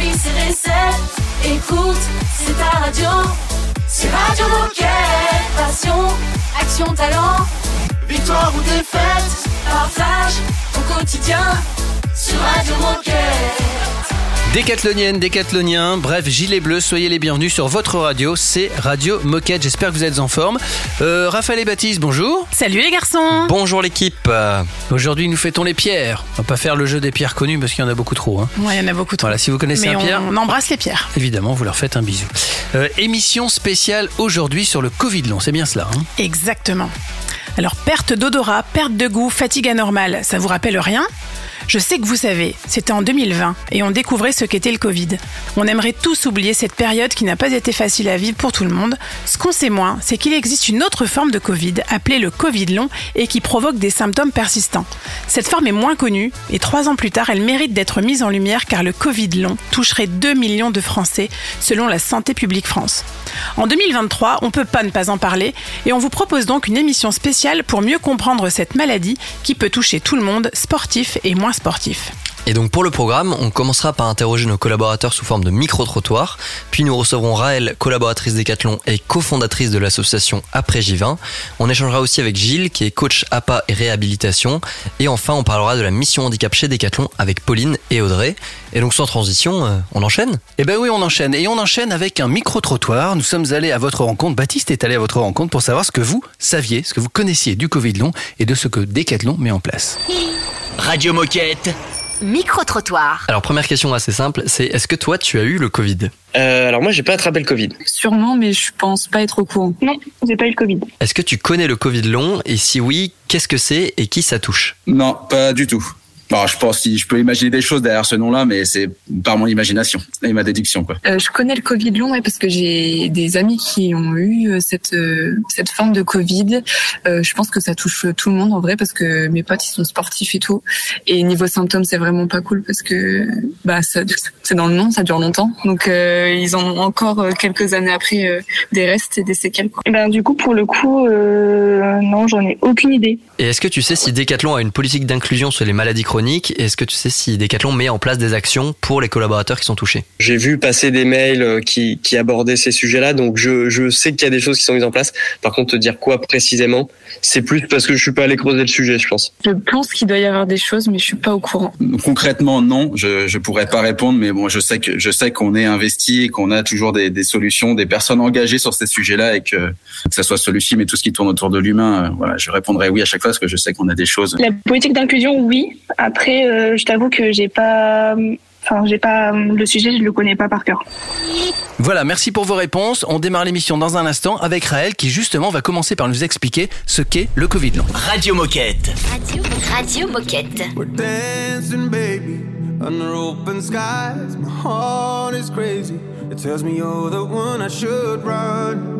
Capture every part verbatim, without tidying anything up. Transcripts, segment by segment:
service et recettes. Écoute, c'est ta radio. C'est Radio Moquette. Passion, action, talent. Victoire ou défaite, partage au quotidien sur Radio Moquette. Décathlonienne, décathlonien, bref, gilet bleu, soyez les bienvenus sur votre radio, c'est Radio Moquette. J'espère que vous êtes en forme. Euh, Raphaël et Baptiste, bonjour. Salut les garçons. Bonjour l'équipe. Aujourd'hui, nous fêtons les pierres. On va pas faire le jeu des pierres connues parce qu'il y en a beaucoup trop. Hein. Ouais, il y en a beaucoup trop. Voilà, si vous connaissez Mais un on, pierre, on embrasse les pierres. Évidemment, vous leur faites un bisou. Euh, émission spéciale aujourd'hui sur le Covid long, c'est bien cela. Hein. Exactement. Alors, perte d'odorat, perte de goût, fatigue anormale, ça vous rappelle rien ? Je sais que vous savez, c'était en deux mille vingt et on découvrait ce qu'était le Covid. On aimerait tous oublier cette période qui n'a pas été facile à vivre pour tout le monde. Ce qu'on sait moins, c'est qu'il existe une autre forme de Covid, appelée le Covid long, et qui provoque des symptômes persistants. Cette forme est moins connue, et trois ans plus tard, elle mérite d'être mise en lumière car le Covid long toucherait deux millions de Français, selon la Santé publique France. En deux mille vingt-trois, on ne peut pas ne pas en parler, et on vous propose donc une émission spéciale pour mieux comprendre cette maladie qui peut toucher tout le monde, sportif et moins sportif. Et donc pour le programme, on commencera par interroger nos collaborateurs sous forme de micro-trottoir, puis nous recevrons Raël, collaboratrice Décathlon et cofondatrice de l'association Après J vingt. On échangera aussi avec Gilles, qui est coach A P A et réhabilitation. Et enfin, on parlera de la mission handicap chez Décathlon avec Pauline et Audrey. Et donc sans transition, on enchaîne ? Eh ben oui, on enchaîne. Et on enchaîne avec un micro-trottoir. Nous sommes allés à votre rencontre, Baptiste est allé à votre rencontre pour savoir ce que vous saviez, ce que vous connaissiez du Covid long et de ce que Décathlon met en place. Radio Moquette. Micro-trottoir. Alors première question assez simple, c'est est-ce que toi tu as eu le Covid ? Euh, alors moi j'ai pas attrapé le Covid. Sûrement, mais je pense pas être au courant. Non, j'ai pas eu le Covid. Est-ce que tu connais le Covid long et si oui, qu'est-ce que c'est et qui ça touche ? Non, pas du tout. Alors, je pense si je peux imaginer des choses derrière ce nom-là, mais c'est par mon imagination et ma déduction, quoi. Euh, je connais le Covid long, ouais, parce que j'ai des amis qui ont eu cette euh, cette forme de Covid. Euh, je pense que ça touche tout le monde en vrai, parce que mes potes ils sont sportifs et tout. Et niveau symptômes, c'est vraiment pas cool parce que bah ça, c'est dans le nom, ça dure longtemps. Donc euh, ils en ont encore quelques années après euh, des restes et des séquelles, quoi. Et ben du coup pour le coup euh, non, j'en ai aucune idée. Et est-ce que tu sais si Décathlon a une politique d'inclusion sur les maladies chroniques ? Est-ce que tu sais si Décathlon met en place des actions pour les collaborateurs qui sont touchés ? J'ai vu passer des mails qui, qui abordaient ces sujets-là, donc je, je sais qu'il y a des choses qui sont mises en place. Par contre, te dire quoi précisément, c'est plus parce que je suis pas allé creuser le sujet, je pense. Je pense qu'il doit y avoir des choses, mais je suis pas au courant. Concrètement, non, je je pourrais pas répondre, mais bon, je sais que je sais qu'on est investi et qu'on a toujours des, des solutions, des personnes engagées sur ces sujets-là, et que que ça soit celui-ci, mais tout ce qui tourne autour de l'humain, euh, voilà, je répondrai oui à chaque fois parce que je sais qu'on a des choses. La politique d'inclusion, oui. Après, euh, je t'avoue que j'ai pas, enfin, j'ai pas le sujet, je le connais pas par cœur. Voilà, merci pour vos réponses. On démarre l'émission dans un instant avec Raël qui justement va commencer par nous expliquer ce qu'est le Covid long. Radio Moquette. Radio, Radio Moquette. We're dancing, baby, under open skies. My heart is crazy. It tells me you're the one I should run.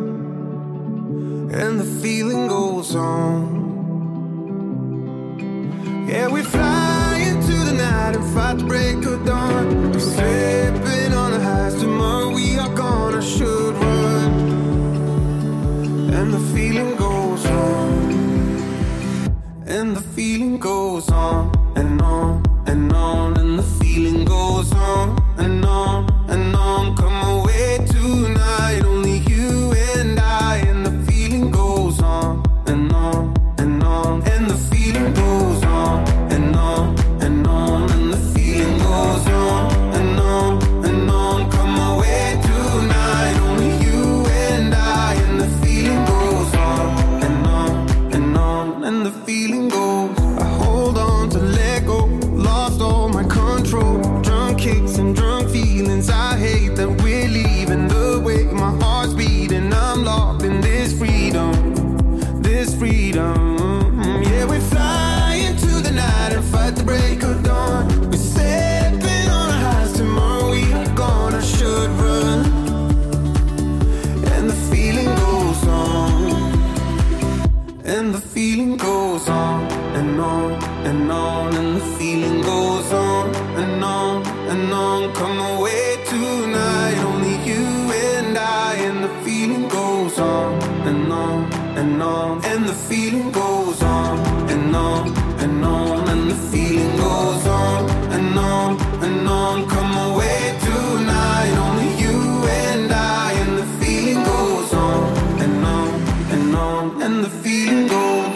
And the feeling goes on. Yeah, we fly into the night and fight the break of dawn. We're slipping on the highs, tomorrow we are gonna should run. And the feeling goes on. And the feeling goes on and on and on. And the feeling goes on and on and on. Come away tonight, only you and I. And the feeling goes on and on and on. And the feeling goes on and on and on. And the feeling goes on and on and on. Come away tonight, only you and I. And the feeling goes on and on and on. And the feeling goes. I hold on to let go, lost all my control. Drunk kicks and drunk feelings. I hate that we're leaving the way my heart's beating. I'm locked in this freedom, this freedom. Yeah, we fly into the night and fight the break of dawn. We're stepping on our highs, tomorrow we are gonna should run. And the feeling goes on. And the feeling goes on and on and on. And the feeling goes on and on and on. Come away tonight, only you and I. And the feeling goes on and on and on. And the feeling goes on and on and on. And the feeling goes on and on and on. Come away tonight. on, and the feeling goes.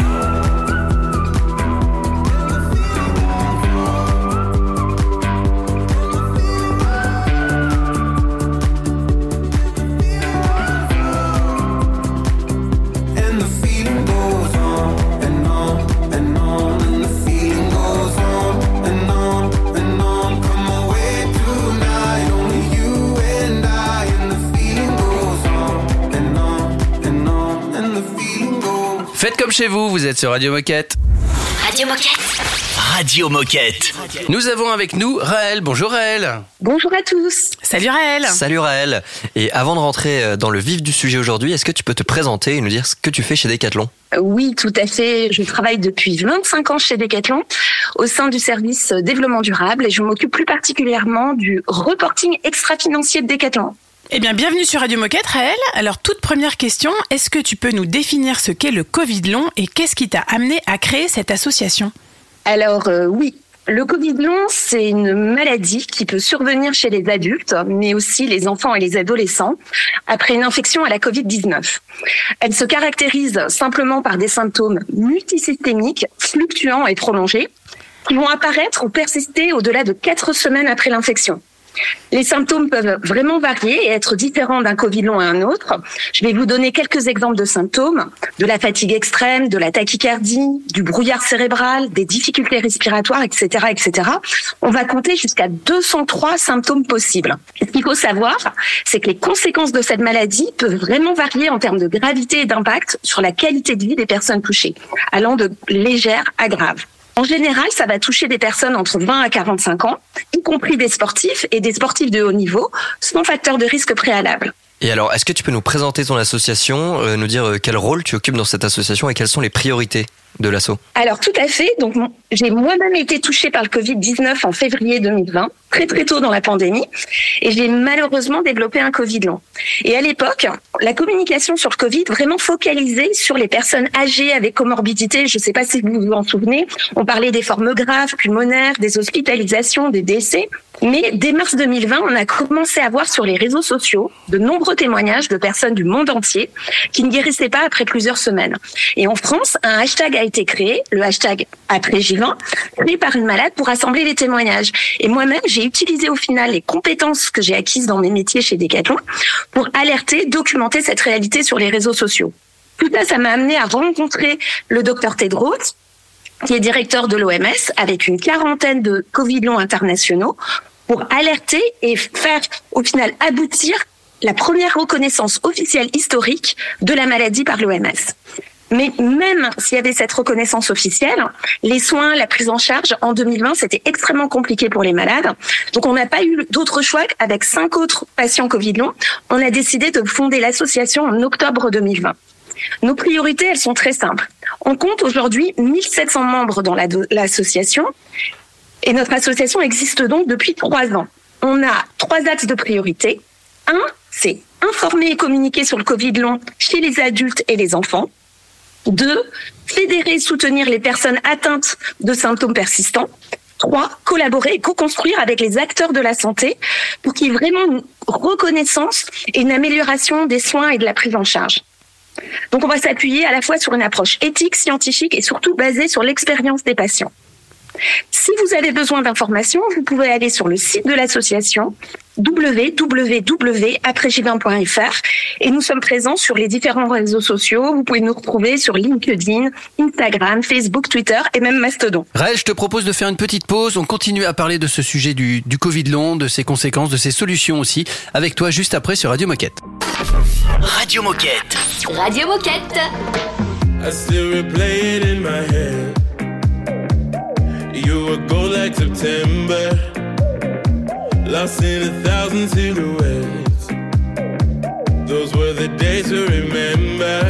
Faites comme chez vous, vous êtes sur Radio Moquette. Radio Moquette. Radio Moquette. Nous avons avec nous Raël. Bonjour Raël. Bonjour à tous. Salut Raël. Salut Raël. Et avant de rentrer dans le vif du sujet aujourd'hui, est-ce que tu peux te présenter et nous dire ce que tu fais chez Decathlon ? Oui, tout à fait. Je travaille depuis vingt-cinq ans chez Decathlon au sein du service développement durable et je m'occupe plus particulièrement du reporting extra-financier de Decathlon. Eh bien, bienvenue sur Radio Moquette, Raël. Alors, toute première question, est-ce que tu peux nous définir ce qu'est le Covid long et qu'est-ce qui t'a amené à créer cette association ? Alors, euh, oui. Le Covid long, c'est une maladie qui peut survenir chez les adultes, mais aussi les enfants et les adolescents, après une infection à la covid dix-neuf. Elle se caractérise simplement par des symptômes multisystémiques, fluctuants et prolongés, qui vont apparaître ou persister au-delà de quatre semaines après l'infection. Les symptômes peuvent vraiment varier et être différents d'un Covid long à un autre. Je vais vous donner quelques exemples de symptômes, de la fatigue extrême, de la tachycardie, du brouillard cérébral, des difficultés respiratoires, et cetera, et cetera. On va compter jusqu'à deux cent trois symptômes possibles. Ce qu'il faut savoir, c'est que les conséquences de cette maladie peuvent vraiment varier en termes de gravité et d'impact sur la qualité de vie des personnes touchées, allant de légère à grave. En général, ça va toucher des personnes entre vingt à quarante-cinq ans, y compris des sportifs et des sportifs de haut niveau, sans facteur de risque préalable. Et alors, est-ce que tu peux nous présenter ton association, euh, nous dire euh, quel rôle tu occupes dans cette association et quelles sont les priorités de l'asso ? Alors tout à fait. Donc j'ai moi-même été touchée par le covid dix-neuf en février deux mille vingt, très très tôt dans la pandémie, et j'ai malheureusement développé un Covid long. Et à l'époque, la communication sur le Covid vraiment focalisée sur les personnes âgées avec comorbidité. Je ne sais pas si vous vous en souvenez. On parlait des formes graves, pulmonaires, des hospitalisations, des décès. Mais dès mars deux mille vingt, on a commencé à voir sur les réseaux sociaux de nombreux témoignages de personnes du monde entier qui ne guérissaient pas après plusieurs semaines. Et en France, un hashtag a été créé, le hashtag après J vingt, créé par une malade pour rassembler les témoignages. Et moi-même, j'ai utilisé au final les compétences que j'ai acquises dans mes métiers chez Decathlon pour alerter, documenter cette réalité sur les réseaux sociaux. Tout ça, ça m'a amené à rencontrer le docteur Tedros, qui est directeur de l'O M S, avec une quarantaine de Covid longs internationaux, pour alerter et faire, au final, aboutir la première reconnaissance officielle historique de la maladie par l'O M S. Mais même s'il y avait cette reconnaissance officielle, les soins, la prise en charge, en deux mille vingt, c'était extrêmement compliqué pour les malades. Donc on n'a pas eu d'autre choix. Avec cinq autres patients Covid longs, on a décidé de fonder l'association en octobre deux mille vingt. Nos priorités, elles sont très simples. On compte aujourd'hui mille sept cents membres dans la, l'association et notre association existe donc depuis trois ans. On a trois axes de priorité. Un, c'est informer et communiquer sur le Covid long chez les adultes et les enfants. Deux, fédérer et soutenir les personnes atteintes de symptômes persistants. Trois, collaborer et co-construire avec les acteurs de la santé pour qu'il y ait vraiment une reconnaissance et une amélioration des soins et de la prise en charge. Donc on va s'appuyer à la fois sur une approche éthique, scientifique et surtout basée sur l'expérience des patients. Si vous avez besoin d'informations, vous pouvez aller sur le site de l'association w w w point après j vingt point f r et nous sommes présents sur les différents réseaux sociaux. Vous pouvez nous retrouver sur LinkedIn, Instagram, Facebook, Twitter et même Mastodon. Raël, je te propose de faire une petite pause. On continue à parler de ce sujet du, du Covid long, de ses conséquences, de ses solutions aussi, avec toi juste après sur Radio Moquette. Radio Moquette. Radio Moquette. I still replay it in my head. You were gold like September, lost in a thousand silhouettes. Those were the days to remember.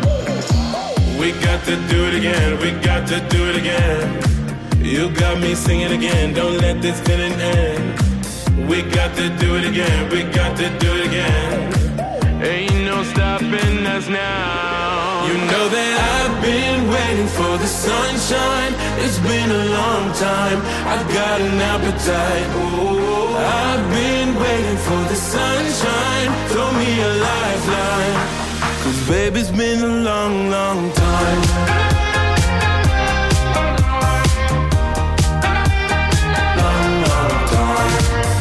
We got to do it again, we got to do it again. You got me singing again, don't let this feeling end. We got to do it again, we got to do it again. Ain't no stopping us now. You know that I've been waiting for the sunshine. It's been a long time. I've got an appetite. Ooh, I've been waiting for the sunshine. Throw me a lifeline. 'Cause baby, it's been a long, long time. Long, long time.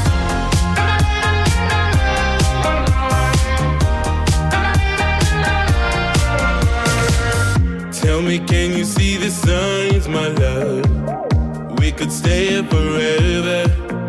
Tell me, can you see the signs, my love? We could stay here forever,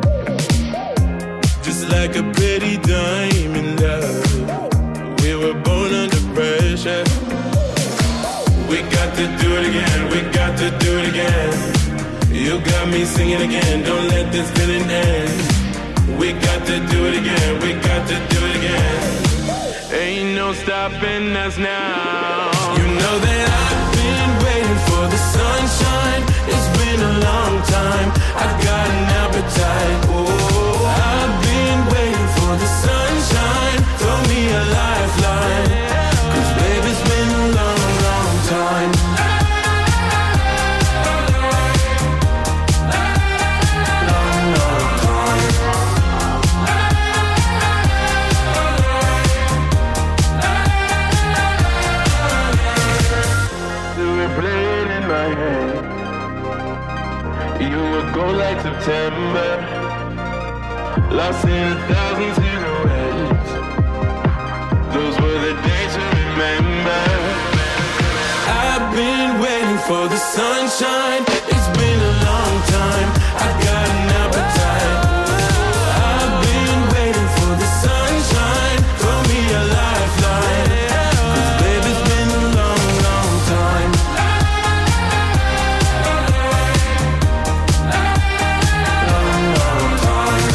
just like a pretty diamond, love. We were born under pressure. We got to do it again, we got to do it again. You got me singing again, don't let this feeling end. We got to do it again, we got to do it again. Ain't no stopping us now. You know that I've been waiting for the sunshine. It's been a long time, I got an appetite. Oh, I've been waiting for the sunshine. Throw me a lifeline, 'cause baby, it's been a long, long time. Long, long time. Do we play it in my head? You would go like September, lost in a thousand silhouettes. Those were the days to remember. I've been waiting for the sunshine. It's been a long time, I got an appetite. I've been waiting for the sunshine. Throw me a lifeline, 'cause baby, it's been a long, long time. Long, long time.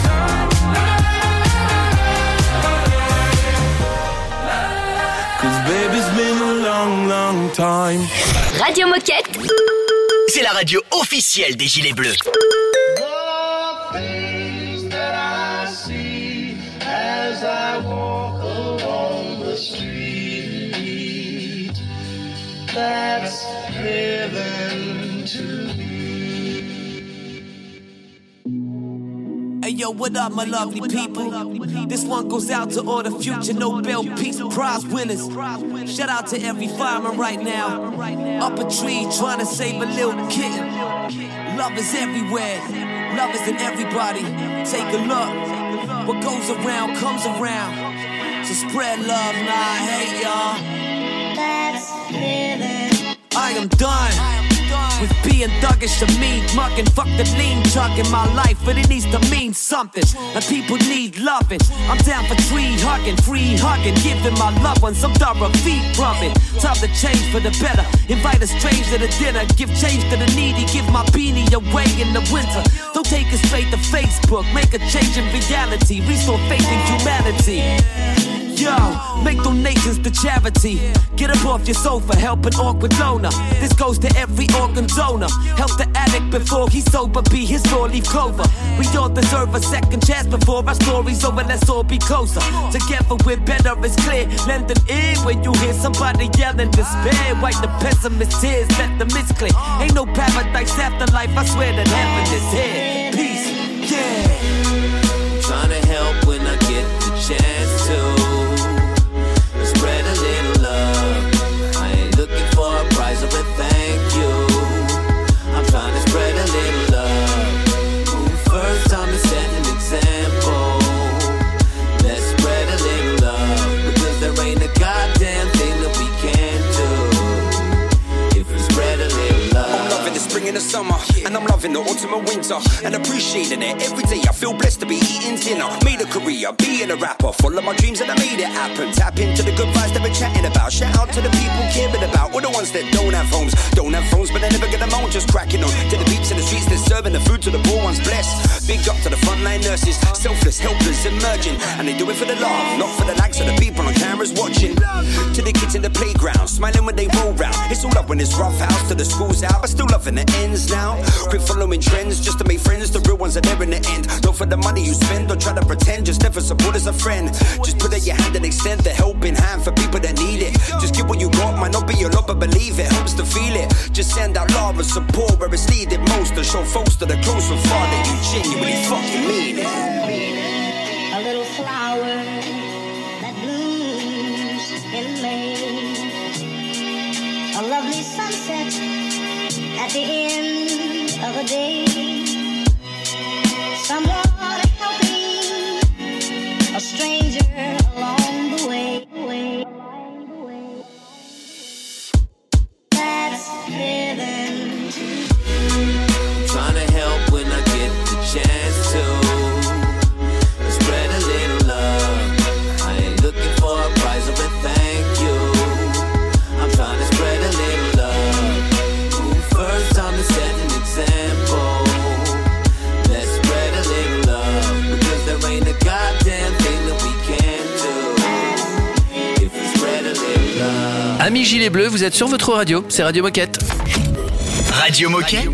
time. Radio Moquette. C'est la radio officielle des Gilets Bleus. The things that I see as I walk along the street, that's heaven to me. Hey yo, what up, my lovely people? This one goes out to all the future Nobel Peace Prize winners. Shout out to every fireman right now, up a tree trying to save a little kitten. Love is everywhere, love is in everybody. Take a look, what goes around comes around. So spread love, nah, hey y'all. That's living. I am done with being thuggish to me, mucking, fuck the lean chuck in my life, but it needs to mean something, and people need loving. I'm down for tree hugging, free hugging, giving my loved ones some thorough feet rubbing. Time to change for the better, invite a stranger to dinner, give change to the needy, give my beanie away in the winter. Don't take it straight to Facebook, make a change in reality, restore faith in humanity. Yo, make donations to charity. Get up off your sofa, help an awkward loner. This goes to every organ donor. Help the addict before he's sober, be his four-leaf clover. We all deserve a second chance before our story's over, let's all be closer. Together we're better, it's clear. Lend an ear when you hear somebody yelling despair. Wipe the pessimist tears, let the mist clear. Ain't no paradise after life, I swear that heaven is here. Peace, yeah. I'm trying to help when I get the chance to. Spread a little love. I ain't looking for a prize or a thank you. I'm trying to spread a little love. Ooh, first time to set an example. Let's spread a little love, because there ain't a goddamn thing that we can't do if we spread a little love. I'm loving the spring and the summer, and I'm loving the autumn and winter, and appreciating it every day. I feel blessed to be eating dinner. Made a career, being a rapper, full of my dreams and I made it happen. Tap into the good vibes that we're chatting about. Shout out to the people caring about all the ones that don't have homes, don't have phones, but they never get them on. Just cracking on to the peeps in the streets, they're serving the food to the poor ones. Blessed, big up to the frontline nurses, selfless, helpless, emerging, and they do it for the love, not for the likes of the people on cameras watching. To the kids in the playground, smiling when they roll round. It's all up when it's rough house, to the school's out, but still loving the ends now. Quit following trends just to make friends, the real ones are there in the end. Not for the money you spend, don't try to pretend, just never support as a friend. Just put out your hand and extend the helping hand for people that need it. Just give what you got, might not be your lot, but believe it helps to feel it. Just send out love and support where it's needed most, to show folks that are close and far that you genuinely fucking mean it. A little flower that blooms in May. A lovely sunset at the end of a day. Someone helping a stranger along the way. That's living. Trying to help when I get the chance to. Spread a little love. I ain't looking for a prize or a thank you. I'm trying to spread a little love. Ooh, first time to set an example. Let's spread a little love. Because there ain't a goddamn thing that we can't do. If we spread a little love. Amis Gilets Bleus, vous êtes sur votre radio, c'est Radio Moquette. Radio Moquette.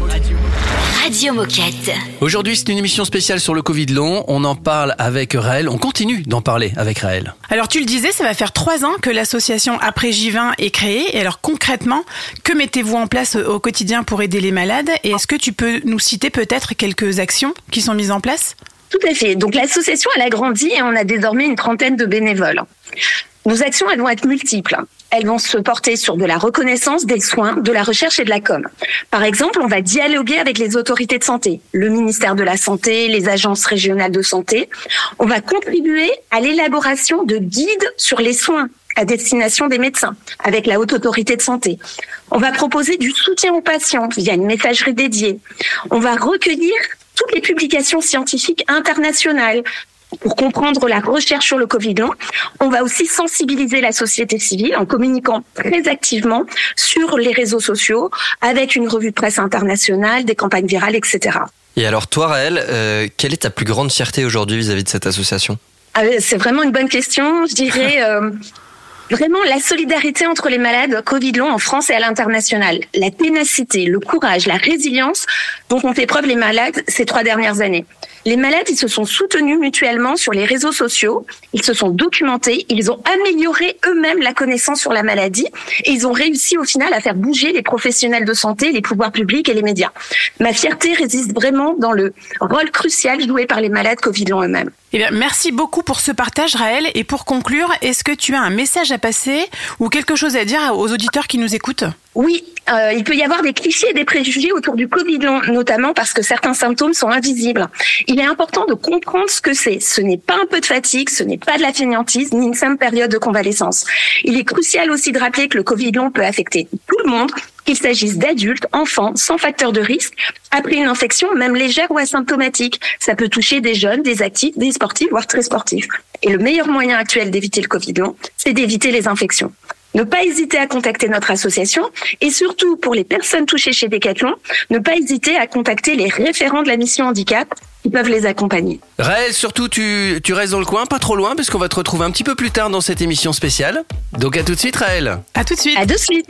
Radio Moquette. Aujourd'hui, c'est une émission spéciale sur le Covid long. On en parle avec Raël. On continue d'en parler avec Raël. Alors tu le disais, ça va faire trois ans que l'association Après J vingt est créée. Et alors concrètement, que mettez-vous en place au quotidien pour aider les malades? Et est-ce que tu peux nous citer peut-être quelques actions qui sont mises en place? Tout à fait. Donc l'association, elle a grandi et on a désormais une trentaine de bénévoles. Nos actions, elles vont être multiples. Elles vont se porter sur de la reconnaissance, des soins, de la recherche et de la com. Par exemple, on va dialoguer avec les autorités de santé, le ministère de la Santé, les agences régionales de santé. On va contribuer à l'élaboration de guides sur les soins à destination des médecins, avec la Haute Autorité de Santé. On va proposer du soutien aux patients via une messagerie dédiée. On va recueillir toutes les publications scientifiques internationales pour comprendre la recherche sur le Covid long. On va aussi sensibiliser la société civile en communiquant très activement sur les réseaux sociaux avec une revue de presse internationale, des campagnes virales, et cetera. Et alors toi, Raël, euh, quelle est ta plus grande fierté aujourd'hui vis-à-vis de cette association? Ah, c'est vraiment une bonne question. Je dirais euh, vraiment la solidarité entre les malades Covid long en France et à l'international. La ténacité, le courage, la résilience dont ont fait preuve les malades ces trois dernières années. Les malades, ils se sont soutenus mutuellement sur les réseaux sociaux, ils se sont documentés, ils ont amélioré eux-mêmes la connaissance sur la maladie et ils ont réussi au final à faire bouger les professionnels de santé, les pouvoirs publics et les médias. Ma fierté réside vraiment dans le rôle crucial joué par les malades Covid long eux-mêmes. Eh bien, merci beaucoup pour ce partage, Raël. Et pour conclure, est-ce que tu as un message à passer ou quelque chose à dire aux auditeurs qui nous écoutent? Oui, euh, il peut y avoir des clichés et des préjugés autour du Covid long, notamment parce que certains symptômes sont invisibles. Il est important de comprendre ce que c'est. Ce n'est pas un peu de fatigue, ce n'est pas de la fainéantise, ni une simple période de convalescence. Il est crucial aussi de rappeler que le Covid long peut affecter tout le monde, qu'il s'agisse d'adultes, enfants, sans facteur de risque, après une infection, même légère ou asymptomatique. Ça peut toucher des jeunes, des actifs, des sportifs, voire très sportifs. Et le meilleur moyen actuel d'éviter le Covid long, c'est d'éviter les infections. Ne pas hésiter à contacter notre association et surtout pour les personnes touchées chez Decathlon, ne pas hésiter à contacter les référents de la mission handicap qui peuvent les accompagner. Raël, surtout tu, tu restes dans le coin, pas trop loin, parce qu'on va te retrouver un petit peu plus tard dans cette émission spéciale. Donc à tout de suite, Raël. À tout de suite. À de suite.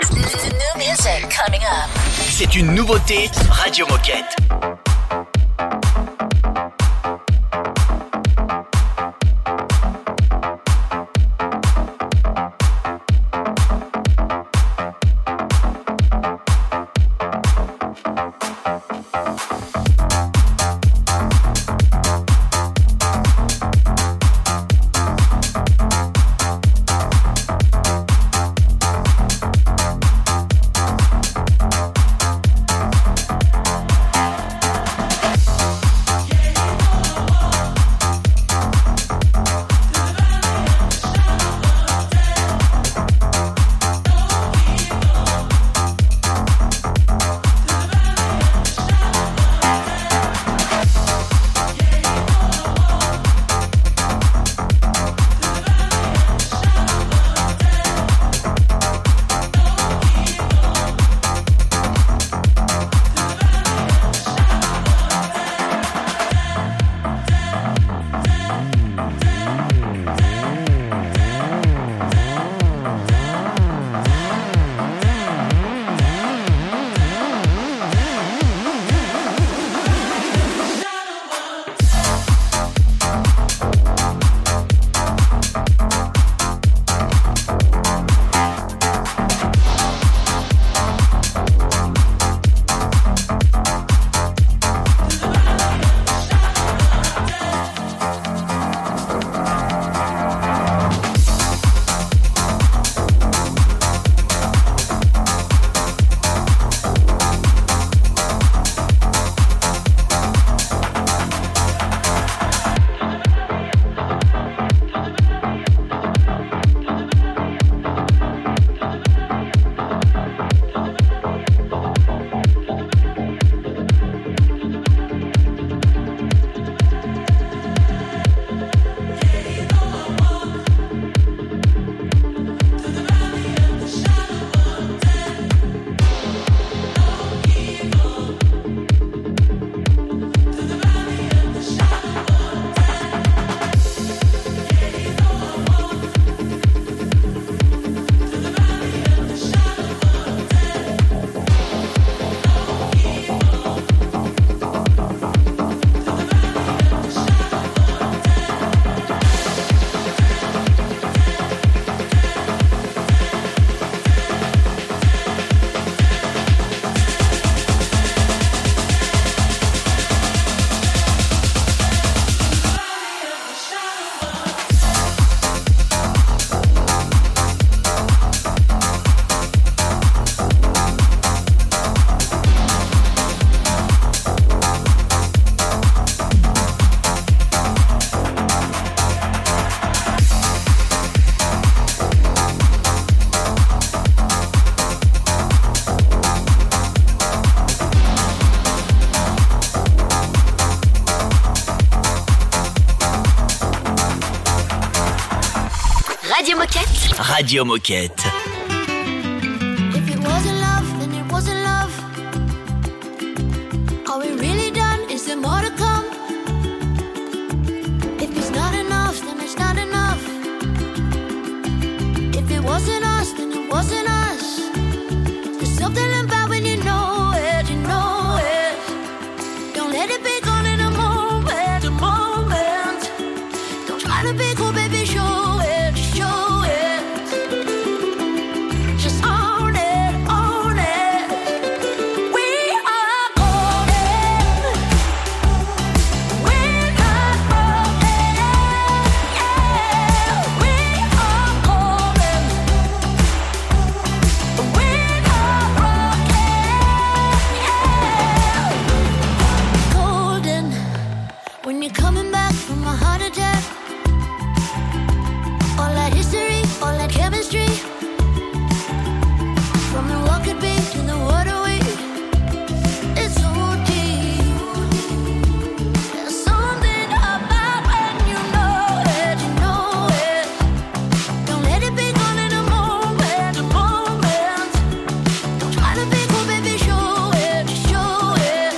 C'est une nouveauté Radio Moquette. Radio Moquette. If it wasn't love, then it wasn't love. Are we really done? Is there more to come? If it's not enough, then it's not enough. If it wasn't us, then it wasn't us. There's something about when you know it, you know it. Don't let it be gone in a moment, a moment. Don't try to be cool, baby, show it, show it. Just own it, own it. We are golden. We're not broken. Yeah, we are golden. We're not broken. Yeah, golden. When you're coming back from a heart attack, all that history, all that chemistry. From the what could be to the what are we? It's so deep. There's something about when you know it, you know it. Don't let it be gone in a moment, a moment. Don't try to be cool, baby, show it, show it.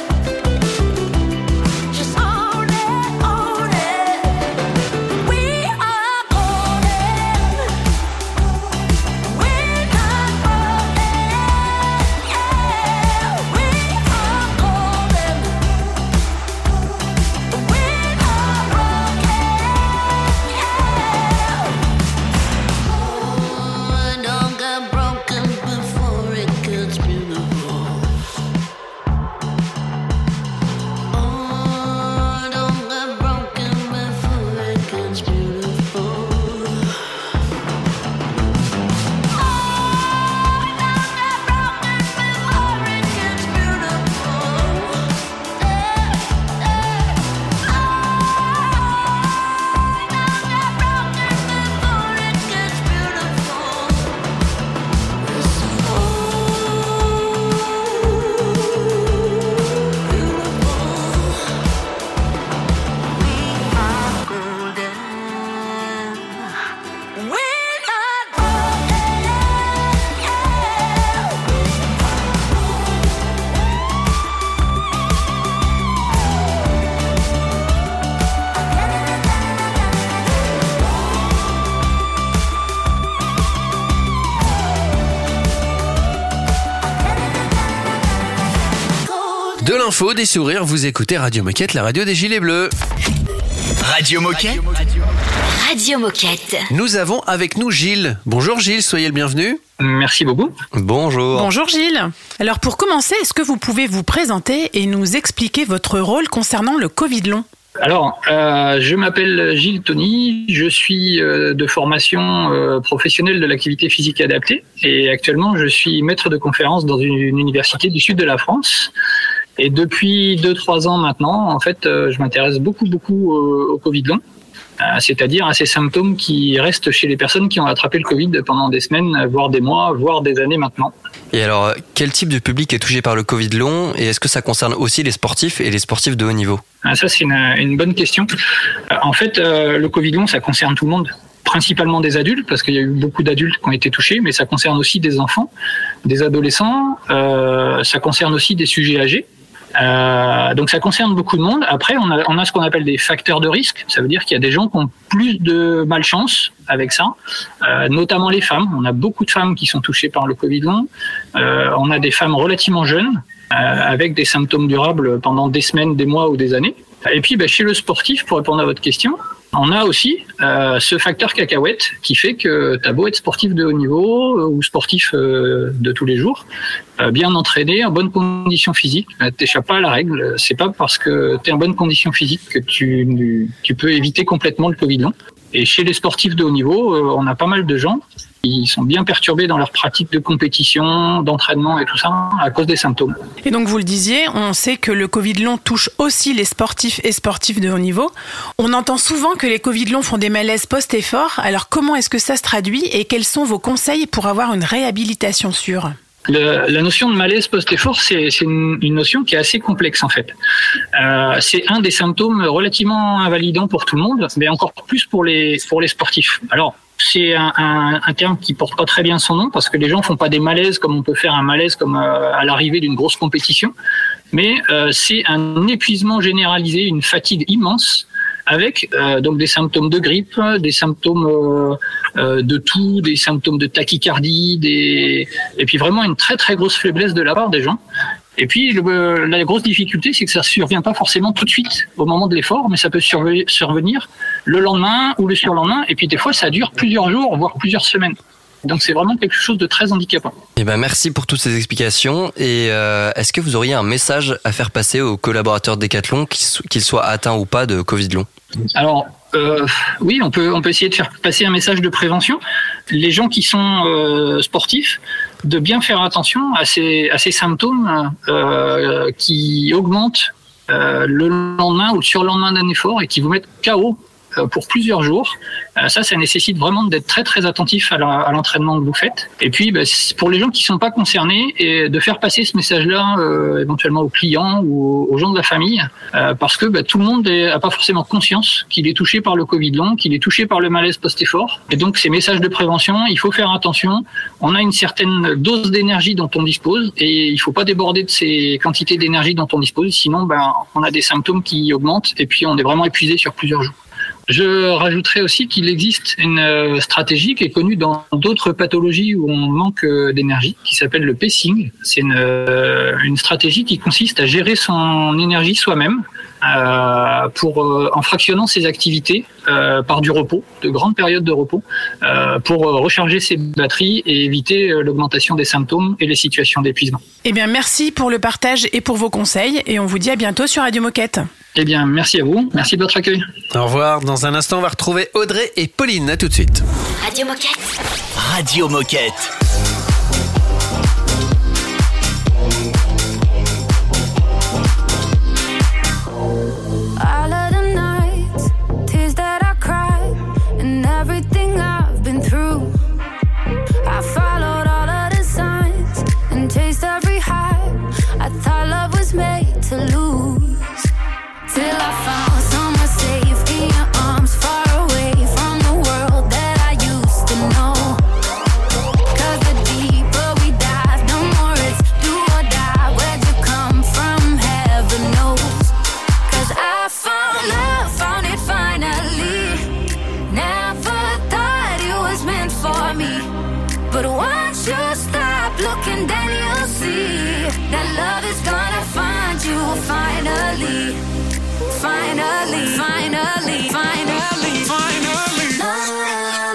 Just own it, own it. We are golden. We're not broken. Yeah, we are golden. We're not broken. Yeah. Oh, it all got broken before it gets beautiful. Oh, it all got broken before it gets beautiful. De l'info, des sourires, vous écoutez Radio Moquette, la radio des Gilets Bleus. Radio Moquette. Radio Moquette. Nous avons avec nous Gilles. Bonjour Gilles, soyez le bienvenu. Merci beaucoup. Bonjour. Bonjour Gilles. Alors pour commencer, est-ce que vous pouvez vous présenter et nous expliquer votre rôle concernant le Covid long ? Alors, euh, je m'appelle Gilles Tony, je suis euh, de formation euh, professionnelle de l'activité physique adaptée et actuellement je suis maître de conférence dans une, une université du sud de la France. Et depuis deux trois ans maintenant, en fait, euh, je m'intéresse beaucoup beaucoup euh, au Covid long, euh, c'est-à-dire à ces symptômes qui restent chez les personnes qui ont attrapé le Covid pendant des semaines, voire des mois, voire des années maintenant. Et alors, quel type de public est touché par le Covid long et est-ce que ça concerne aussi les sportifs et les sportifs de haut niveau ? Ah, ça, c'est une, une bonne question. Euh, en fait, euh, le Covid long, ça concerne tout le monde. Principalement des adultes, parce qu'il y a eu beaucoup d'adultes qui ont été touchés, mais ça concerne aussi des enfants, des adolescents, euh, ça concerne aussi des sujets âgés. Euh, donc ça concerne beaucoup de monde. Après, on a, on a ce qu'on appelle des facteurs de risque. Ça veut dire qu'il y a des gens qui ont plus de malchance avec ça, euh, notamment les femmes. On a beaucoup de femmes qui sont touchées par le Covid long. Euh, on a des femmes relativement jeunes, euh, avec des symptômes durables pendant des semaines, des mois ou des années. Et puis, bah, chez le sportif, pour répondre à votre question, on a aussi euh, ce facteur cacahuète qui fait que t'as beau être sportif de haut niveau euh, ou sportif euh, de tous les jours, euh, bien entraîné, en bonne condition physique, bah, t'échappes pas à la règle. C'est pas parce que t'es en bonne condition physique que tu, tu peux éviter complètement le Covid long. Et chez les sportifs de haut niveau, euh, on a pas mal de gens qui sont bien perturbés dans leur pratique de compétition, d'entraînement et tout ça à cause des symptômes. Et donc vous le disiez, on sait que le Covid long touche aussi les sportifs et sportifs de haut niveau. On entend souvent que les Covid longs font des malaises post-effort. Alors comment est-ce que ça se traduit et quels sont vos conseils pour avoir une réhabilitation sûre ? Le, la notion de malaise post-effort, c'est, c'est une, une notion qui est assez complexe en fait. Euh, c'est un des symptômes relativement invalidants pour tout le monde, mais encore plus pour les pour les sportifs. Alors, c'est un, un, un terme qui porte pas très bien son nom parce que les gens font pas des malaises comme on peut faire un malaise comme euh, à l'arrivée d'une grosse compétition, mais euh, c'est un épuisement généralisé, une fatigue immense avec euh, donc des symptômes de grippe, des symptômes euh, euh, de toux, des symptômes de tachycardie, des et puis vraiment une très très grosse faiblesse de la part des gens. Et puis le, la grosse difficulté, c'est que ça survient pas forcément tout de suite au moment de l'effort, mais ça peut surve- survenir le lendemain ou le surlendemain. Et puis des fois, ça dure plusieurs jours, voire plusieurs semaines. Donc c'est vraiment quelque chose de très handicapant. Eh ben merci pour toutes ces explications. Et euh, est-ce que vous auriez un message à faire passer aux collaborateurs Decathlon, qu'ils soient atteints ou pas de Covid long ? Alors euh, oui, on peut on peut essayer de faire passer un message de prévention. Les gens qui sont euh, sportifs, de bien faire attention à ces à ces symptômes euh, qui augmentent euh, le lendemain ou le surlendemain d'un effort et qui vous mettent K O pour plusieurs jours. Ça, ça nécessite vraiment d'être très très attentif à, la, à l'entraînement que vous faites. Et puis, bah, pour les gens qui sont pas concernés, et de faire passer ce message-là euh, éventuellement aux clients ou aux gens de la famille, euh, parce que bah, tout le monde n'a pas forcément conscience qu'il est touché par le Covid long, qu'il est touché par le malaise post-effort. Et donc, ces messages de prévention, il faut faire attention. On a une certaine dose d'énergie dont on dispose et il faut pas déborder de ces quantités d'énergie dont on dispose, sinon bah, on a des symptômes qui augmentent et puis on est vraiment épuisé sur plusieurs jours. Je rajouterais aussi qu'il existe une stratégie qui est connue dans d'autres pathologies où on manque d'énergie, qui s'appelle le pacing. C'est une, une stratégie qui consiste à gérer son énergie soi-même euh, pour euh, en fractionnant ses activités euh, par du repos, de grandes périodes de repos, euh, pour recharger ses batteries et éviter l'augmentation des symptômes et les situations d'épuisement. Eh bien, merci pour le partage et pour vos conseils, et on vous dit à bientôt sur Radio Moquette. Eh bien, merci à vous. Merci de votre accueil. Au revoir. Dans un instant, on va retrouver Audrey et Pauline. À tout de suite. Radio Moquette. Radio Moquette. All of the nights, tears that I cried, and everything I've been through. I followed all of the signs and chased every high. I thought love was made to lose. Till I found somewhere safe in your arms, far away from the world that I used to know. 'Cause the deeper we dive, the more it's do or die. Where'd you come from? Heaven knows. 'Cause I found love, found it finally. Never thought it was meant for me. But once you stop looking, then you'll see that love is gonna find you finally. Finally, finally, finally, finally. La, la, la,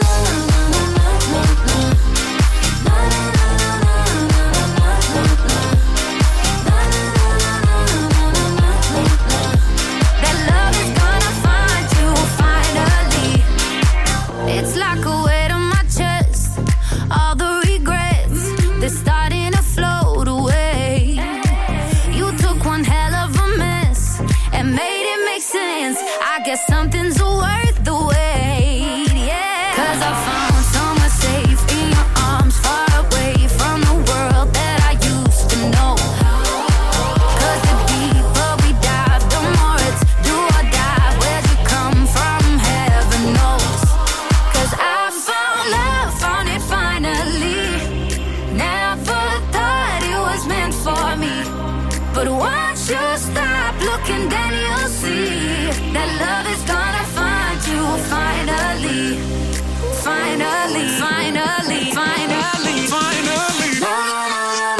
that love is gonna find you finally. It's like a weight on my chest. All the regrets, they're starting to float away. You took one hell of a mess and made it make sense. I guess something's worth the wait, yeah. 'Cause I found somewhere safe in your arms, far away from the world that I used to know. 'Cause the deeper we dive, the more it's do or die. Where'd you come from? Heaven knows. 'Cause I found love, found it finally. Never thought it was meant for me. But once you stop looking, then you'll see that love is gonna find you finally. Finally, finally, finally, finally. La, la,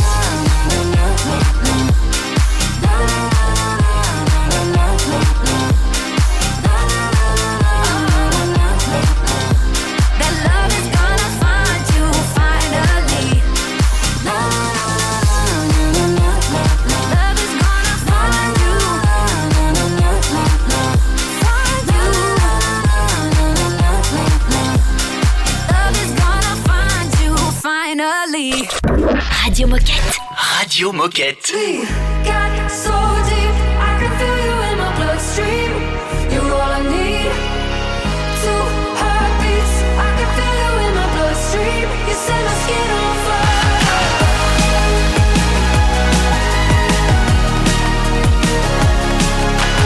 that love is gonna find you finally. La, love is gonna find you. Find you. Love is gonna find you finally. Radio Moquette. Radio Moquette. We got so deep, I can feel you in my bloodstream. You're all I need. Two heartbeats, I can feel you in my bloodstream. You set my skin on fire.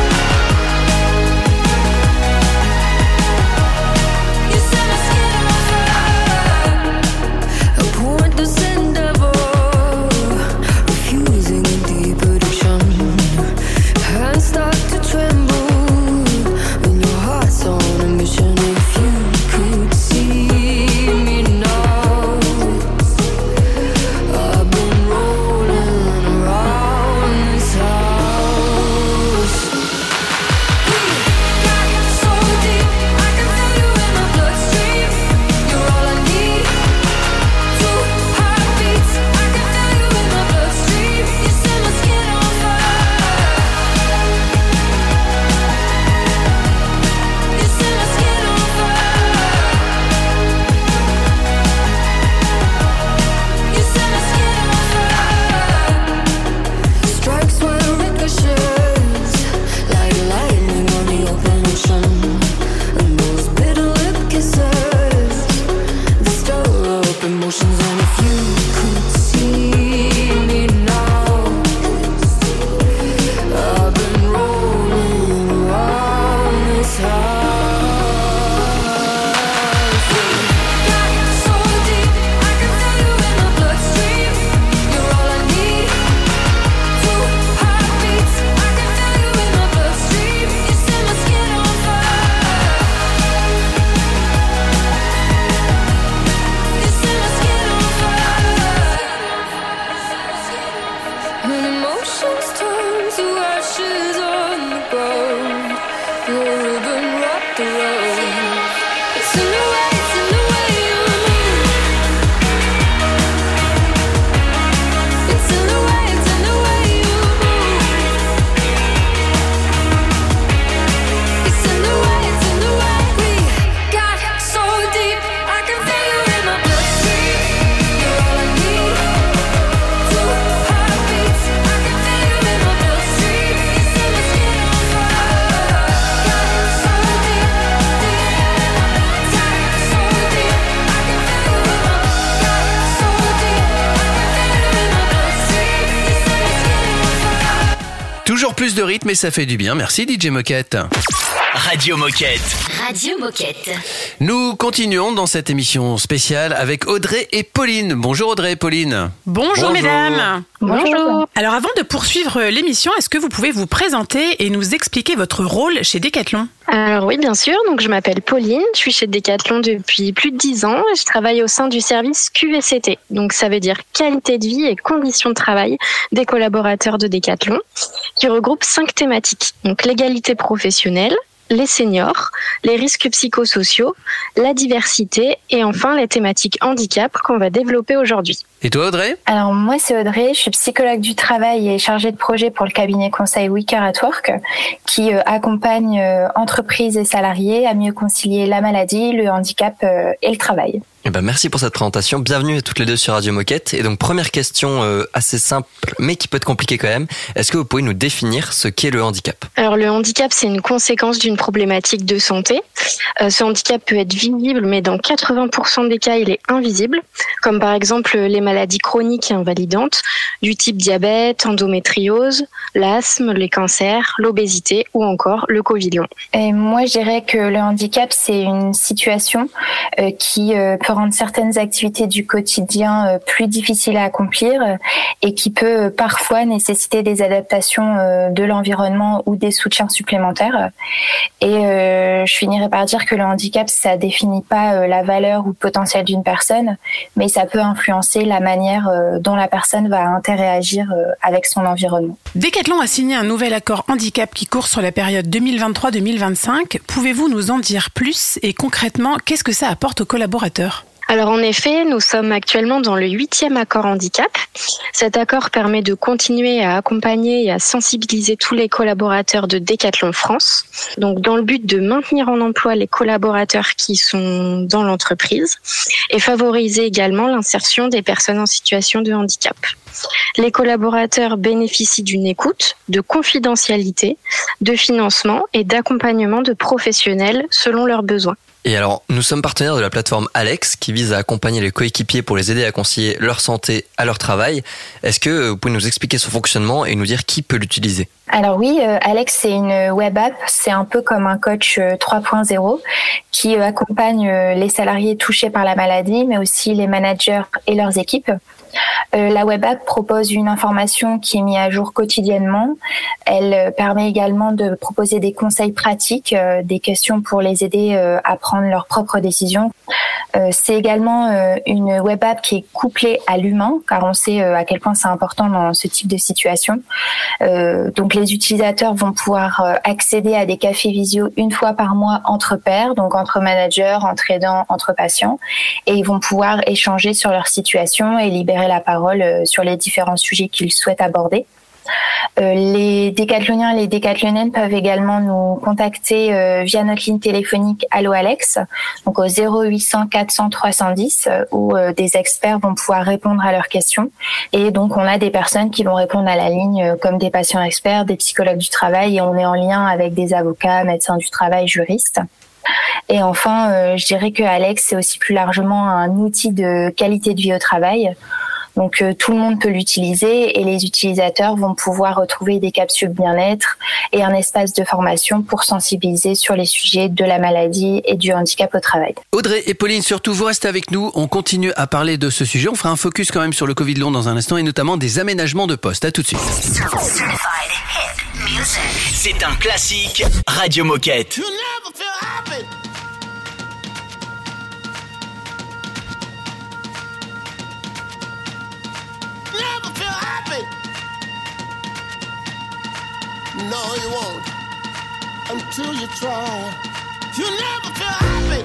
You set my skin on fire. And emotions turn to ashes on the ground. Your ribbon wrapped around. It's in the way, it's in the way you move. It's in the way, it's in the way you move. It's in the way, it's in the way we got so deep. I can feel you in my bloodstream. You're all I need. Two heartbeats. I can feel you in my bloodstream. You set my skin on fire. Got so deep, deep, tight, so deep. I can feel you in my, got so deep. I can feel you in my bloodstream. You set my skin on fire. Toujours plus de rythme et ça fait du bien. Merci D J Moquette. Radio Moquette. Radio Moquette. Nous continuons dans cette émission spéciale avec Audrey et Pauline. Bonjour Audrey et Pauline. Bonjour, Bonjour. mesdames. Bonjour. Alors avant de poursuivre l'émission, est-ce que vous pouvez vous présenter et nous expliquer votre rôle chez Decathlon ? Alors oui, bien sûr. Donc je m'appelle Pauline, je suis chez Decathlon depuis plus de dix ans et je travaille au sein du service Q V C T. Donc ça veut dire qualité de vie et conditions de travail des collaborateurs de Decathlon, qui regroupe cinq thématiques. Donc l'égalité professionnelle, les seniors, les risques psychosociaux, la diversité et enfin les thématiques handicap qu'on va développer aujourd'hui. Et toi Audrey ? Alors moi c'est Audrey, je suis psychologue du travail et chargée de projet pour le cabinet conseil We Care at Work qui euh, accompagne euh, entreprises et salariés à mieux concilier la maladie, le handicap euh, et le travail. Eh ben merci pour cette présentation. Bienvenue à toutes les deux sur Radio Moquette. Et donc première question euh, assez simple mais qui peut être compliquée quand même. Est-ce que vous pouvez nous définir ce qu'est le handicap ? Alors le handicap, c'est une conséquence d'une problématique de santé. Euh, ce handicap peut être visible, mais dans quatre-vingts pour cent des cas, il est invisible, comme par exemple les maladies chroniques et invalidantes du type diabète, endométriose, l'asthme, les cancers, l'obésité ou encore le Covid long. Et moi, je dirais que le handicap, c'est une situation euh, qui euh, peut rendre certaines activités du quotidien euh, plus difficiles à accomplir euh, et qui peut euh, parfois nécessiter des adaptations euh, de l'environnement ou des soutiens supplémentaires. Et euh, je finirais par dire que le handicap, ça définit pas euh, la valeur ou le potentiel d'une personne, mais ça peut influencer la manière euh, dont la personne va interagir euh, avec son environnement. Decathlon a signé un nouvel accord handicap qui court sur la période deux mille vingt-trois deux mille vingt-cinq. Pouvez-vous nous en dire plus et concrètement, qu'est-ce que ça apporte aux collaborateurs ? Alors en effet, nous sommes actuellement dans le huitième accord handicap. Cet accord permet de continuer à accompagner et à sensibiliser tous les collaborateurs de Decathlon France, donc dans le but de maintenir en emploi les collaborateurs qui sont dans l'entreprise et favoriser également l'insertion des personnes en situation de handicap. Les collaborateurs bénéficient d'une écoute, de confidentialité, de financement et d'accompagnement de professionnels selon leurs besoins. Et alors, nous sommes partenaires de la plateforme Alex qui vise à accompagner les coéquipiers pour les aider à concilier leur santé à leur travail. Est-ce que vous pouvez nous expliquer son fonctionnement et nous dire qui peut l'utiliser ? Alors oui, euh, Alex, c'est une web app, c'est un peu comme un coach euh, trois point zéro qui euh, accompagne euh, les salariés touchés par la maladie, mais aussi les managers et leurs équipes. Euh, la web app propose une information qui est mise à jour quotidiennement. Elle euh, permet également de proposer des conseils pratiques, euh, des questions pour les aider euh, à prendre leurs propres décisions. Euh, c'est également euh, une web app qui est couplée à l'humain, car on sait euh, à quel point c'est important dans ce type de situation. Euh, donc les utilisateurs vont pouvoir euh, accéder à des cafés visio une fois par mois entre pairs, donc entre managers, entre aidants, entre patients, et ils vont pouvoir échanger sur leur situation et libérer la parole euh, sur les différents sujets qu'ils souhaitent aborder. Euh, les décathloniens et les décathloniennes peuvent également nous contacter euh, via notre ligne téléphonique Allo Alex, donc au zéro huit cents quatre cents trois cent dix, euh, où euh, des experts vont pouvoir répondre à leurs questions. Et donc on a des personnes qui vont répondre à la ligne euh, comme des patients experts, des psychologues du travail, et on est en lien avec des avocats, médecins du travail, juristes. Et enfin, euh, je dirais que Alex, c'est aussi plus largement un outil de qualité de vie au travail. Donc euh, tout le monde peut l'utiliser et les utilisateurs vont pouvoir retrouver des capsules bien-être et un espace de formation pour sensibiliser sur les sujets de la maladie et du handicap au travail. Audrey et Pauline, surtout vous restez avec nous, on continue à parler de ce sujet, on fera un focus quand même sur le Covid long dans un instant et notamment des aménagements de poste. À tout de suite. C'est un classique Radio Moquette. Never feel happy. No, you won't. Until you try, you never feel happy.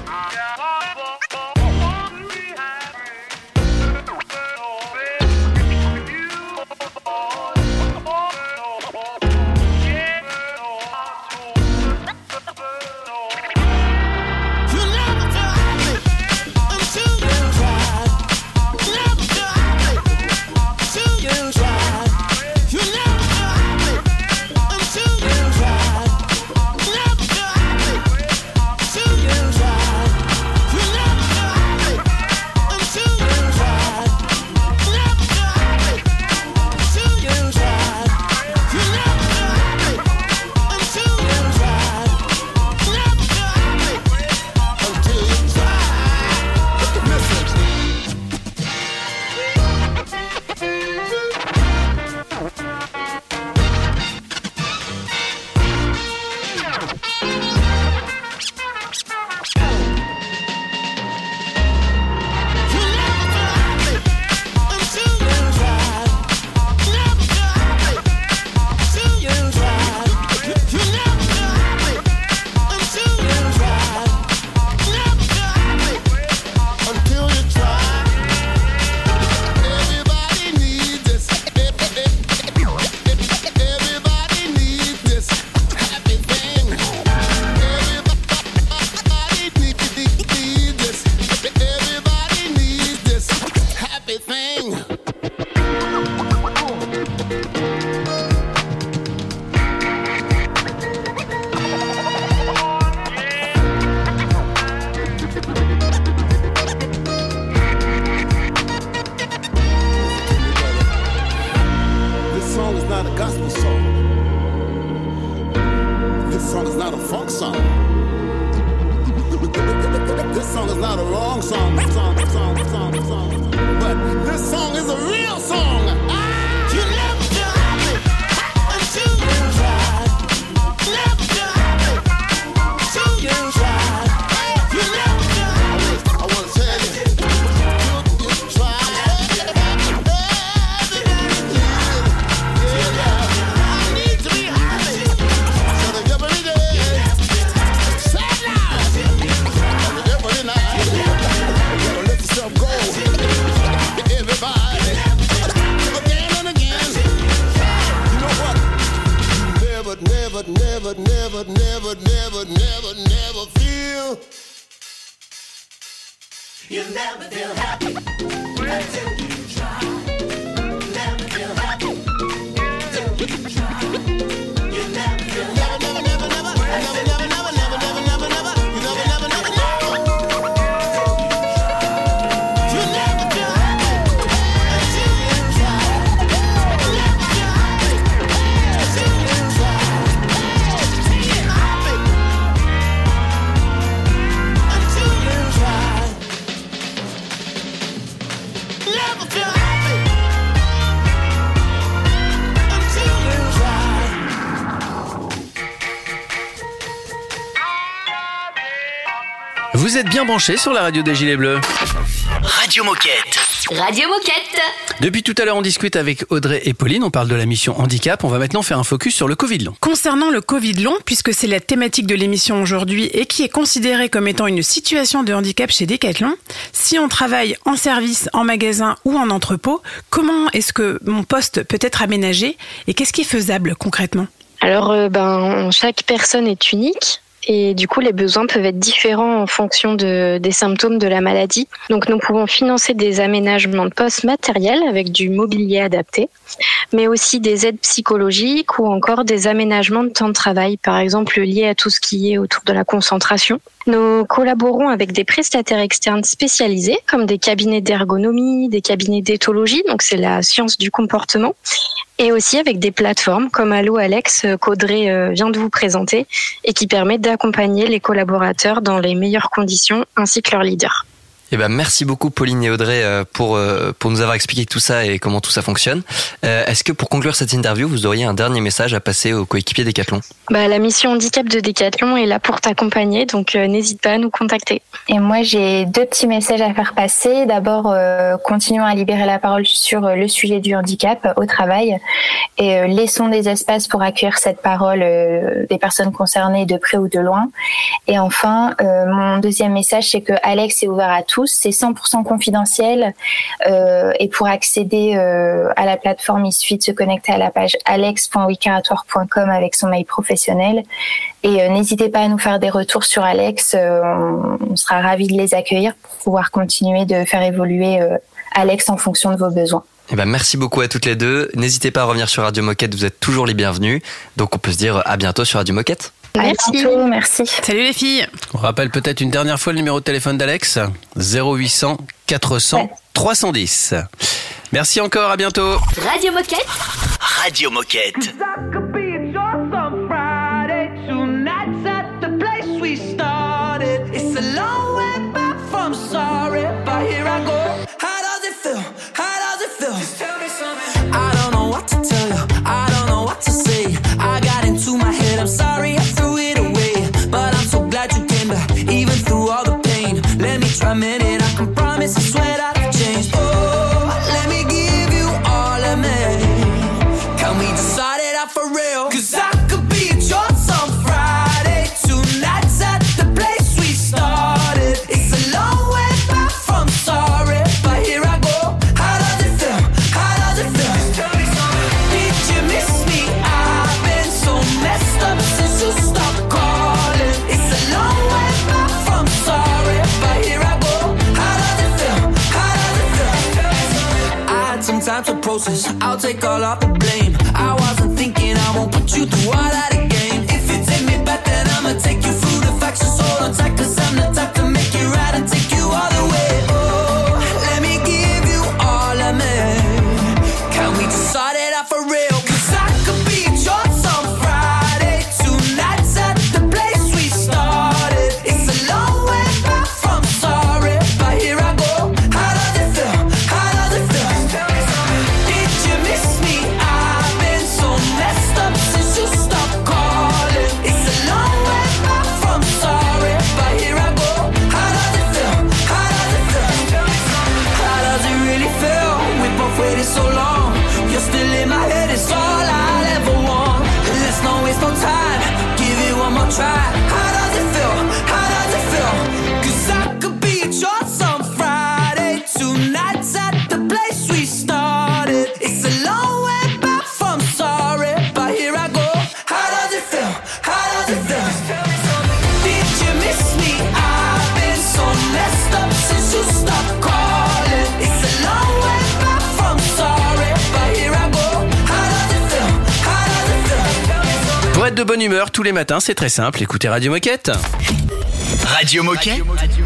Vous êtes bien branchés sur la radio des Gilets Bleus. Radio Moquette. Radio Moquette. Depuis tout à l'heure, on discute avec Audrey et Pauline. On parle de la mission handicap. On va maintenant faire un focus sur le Covid long. Concernant le Covid long, puisque c'est la thématique de l'émission aujourd'hui et qui est considérée comme étant une situation de handicap chez Decathlon, si on travaille en service, en magasin ou en entrepôt, comment est-ce que mon poste peut être aménagé et qu'est-ce qui est faisable concrètement ? Alors, euh, ben, chaque personne est unique. Et du coup, les besoins peuvent être différents en fonction de, des symptômes de la maladie. Donc, nous pouvons financer des aménagements de poste matériels avec du mobilier adapté, mais aussi des aides psychologiques ou encore des aménagements de temps de travail, par exemple liés à tout ce qui est autour de la concentration. Nous collaborons avec des prestataires externes spécialisés, comme des cabinets d'ergonomie, des cabinets d'éthologie, donc c'est la science du comportement, et aussi avec des plateformes comme Allo Alex qu'Audrey vient de vous présenter et qui permet d'accompagner les collaborateurs dans les meilleures conditions ainsi que leurs leaders. Eh ben, merci beaucoup Pauline et Audrey pour, pour nous avoir expliqué tout ça et comment tout ça fonctionne. Euh, est-ce que pour conclure cette interview, vous auriez un dernier message à passer aux coéquipiers Decathlon ? Bah, la mission handicap de Decathlon est là pour t'accompagner, donc euh, n'hésite pas à nous contacter. Et moi, j'ai deux petits messages à faire passer. D'abord, euh, continuons à libérer la parole sur le sujet du handicap au travail et euh, laissons des espaces pour accueillir cette parole euh, des personnes concernées de près ou de loin. Et enfin, euh, mon deuxième message, c'est que Alex est ouvert à tous, c'est cent pour cent confidentiel euh, et pour accéder euh, à la plateforme, il suffit de se connecter à la page alex point wikaratoire point com avec son mail professionnel. Et euh, n'hésitez pas à nous faire des retours sur Alex, euh, on, on sera ravis de les accueillir pour pouvoir continuer de faire évoluer euh, Alex en fonction de vos besoins. Eh ben, merci beaucoup à toutes les deux. N'hésitez pas à revenir sur Radio Moquette, vous êtes toujours les bienvenus. Donc on peut se dire à bientôt sur Radio Moquette. Merci. À bientôt, merci. Salut les filles. On rappelle peut-être une dernière fois le numéro de téléphone d'Alex, zéro huit cents quatre cents trois cent dix. Merci encore, à bientôt. Radio Moquette. Radio Moquette. I'm sorry I threw it away, but I'm so glad you came back, even through all the pain. Let me try a minute, I can promise, I swear that I've changed. Oh, let me give you all of me. Can we just start it out for real? Cause I could be at yours on Friday. Two nights at the place we started. It's a long way back from sorry, but here I go. How does it feel? How does it feel? Did you miss me? I've been so messed up since you stopped calling. It's a long way back from sorry, but here I go. How does it feel? How does it feel? I had some time to process, I'll take all of the blame. I wasn't thinking I won't put you through all that again. If you take me back then I'ma take you through the facts. Just hold on tight cause I'm the type to make it right and take you all the way. Oh, let me give you all of me. Can we just start it out for real? Cause I could be at yours on Friday. Two nights at the place we started. It's a long way back from sorry, but here I go. How does it feel? How does it feel? Did you miss me? I've been so messed up since you stopped calling. It's a long way back from sorry, but here I go. How does it feel? How does it feel? How does it really feel? We both waited so long. You're still in my head, it's all I'll ever want. Let's not waste no time, give it one more try. How does it feel? How does it feel? Cause I could be at yours on Friday. Two nights at the place we started. It's a long way back from sorry, but here I go. How does it feel? How does it feel? Did you miss me? I've been so messed up since you stopped calling. It's a long way back from sorry, but here I go. How does it feel? How does it feel? Pour être de bonne humeur tous les matins, c'est très simple, écoutez Radio Moquette. Radio Moquette.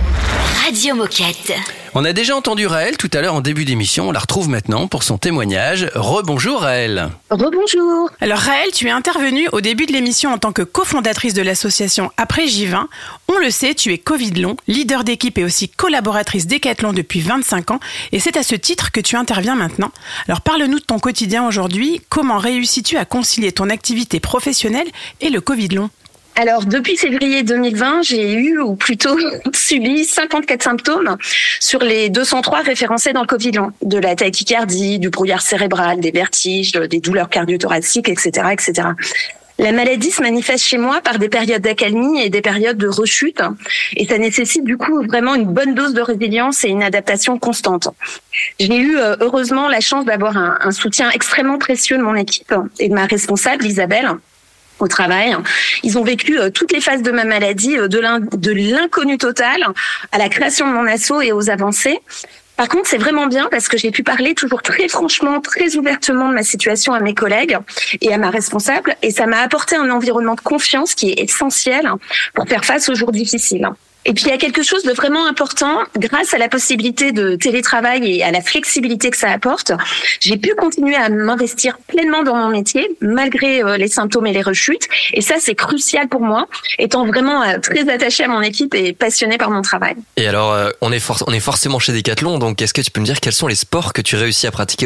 Radio Moquette. On a déjà entendu Raël tout à l'heure en début d'émission, on la retrouve maintenant pour son témoignage. Rebonjour Raël. Rebonjour. Alors Raël, tu es intervenue au début de l'émission en tant que cofondatrice de l'association Après J vingt. On le sait, tu es Covid long, leader d'équipe et aussi collaboratrice Décathlon depuis vingt-cinq ans. Et c'est à ce titre que tu interviens maintenant. Alors parle-nous de ton quotidien aujourd'hui. Comment réussis-tu à concilier ton activité professionnelle et le Covid long ? Alors, depuis février deux mille vingt, j'ai eu, ou plutôt subi, cinquante-quatre symptômes sur les deux cent trois référencés dans le Covid long. De la tachycardie, du brouillard cérébral, des vertiges, des douleurs cardio-thoraciques, et cetera, et cetera. La maladie se manifeste chez moi par des périodes d'accalmie et des périodes de rechute. Et ça nécessite du coup vraiment une bonne dose de résilience et une adaptation constante. J'ai eu heureusement la chance d'avoir un, un soutien extrêmement précieux de mon équipe et de ma responsable, Isabelle, au travail. Ils ont vécu euh, toutes les phases de ma maladie, euh, de, l'in- de l'inconnu total à la création de mon asso et aux avancées. Par contre, c'est vraiment bien parce que j'ai pu parler toujours très franchement, très ouvertement de ma situation à mes collègues et à ma responsable. Et ça m'a apporté un environnement de confiance qui est essentiel pour faire face aux jours difficiles. Et puis, il y a quelque chose de vraiment important. Grâce à la possibilité de télétravail et à la flexibilité que ça apporte, j'ai pu continuer à m'investir pleinement dans mon métier, malgré euh, les symptômes et les rechutes. Et ça, c'est crucial pour moi, étant vraiment euh, très attachée à mon équipe et passionnée par mon travail. Et alors, euh, on, est for- on est forcément chez Décathlon, donc est-ce que tu peux me dire quels sont les sports que tu réussis à pratiquer aujourd'hui ?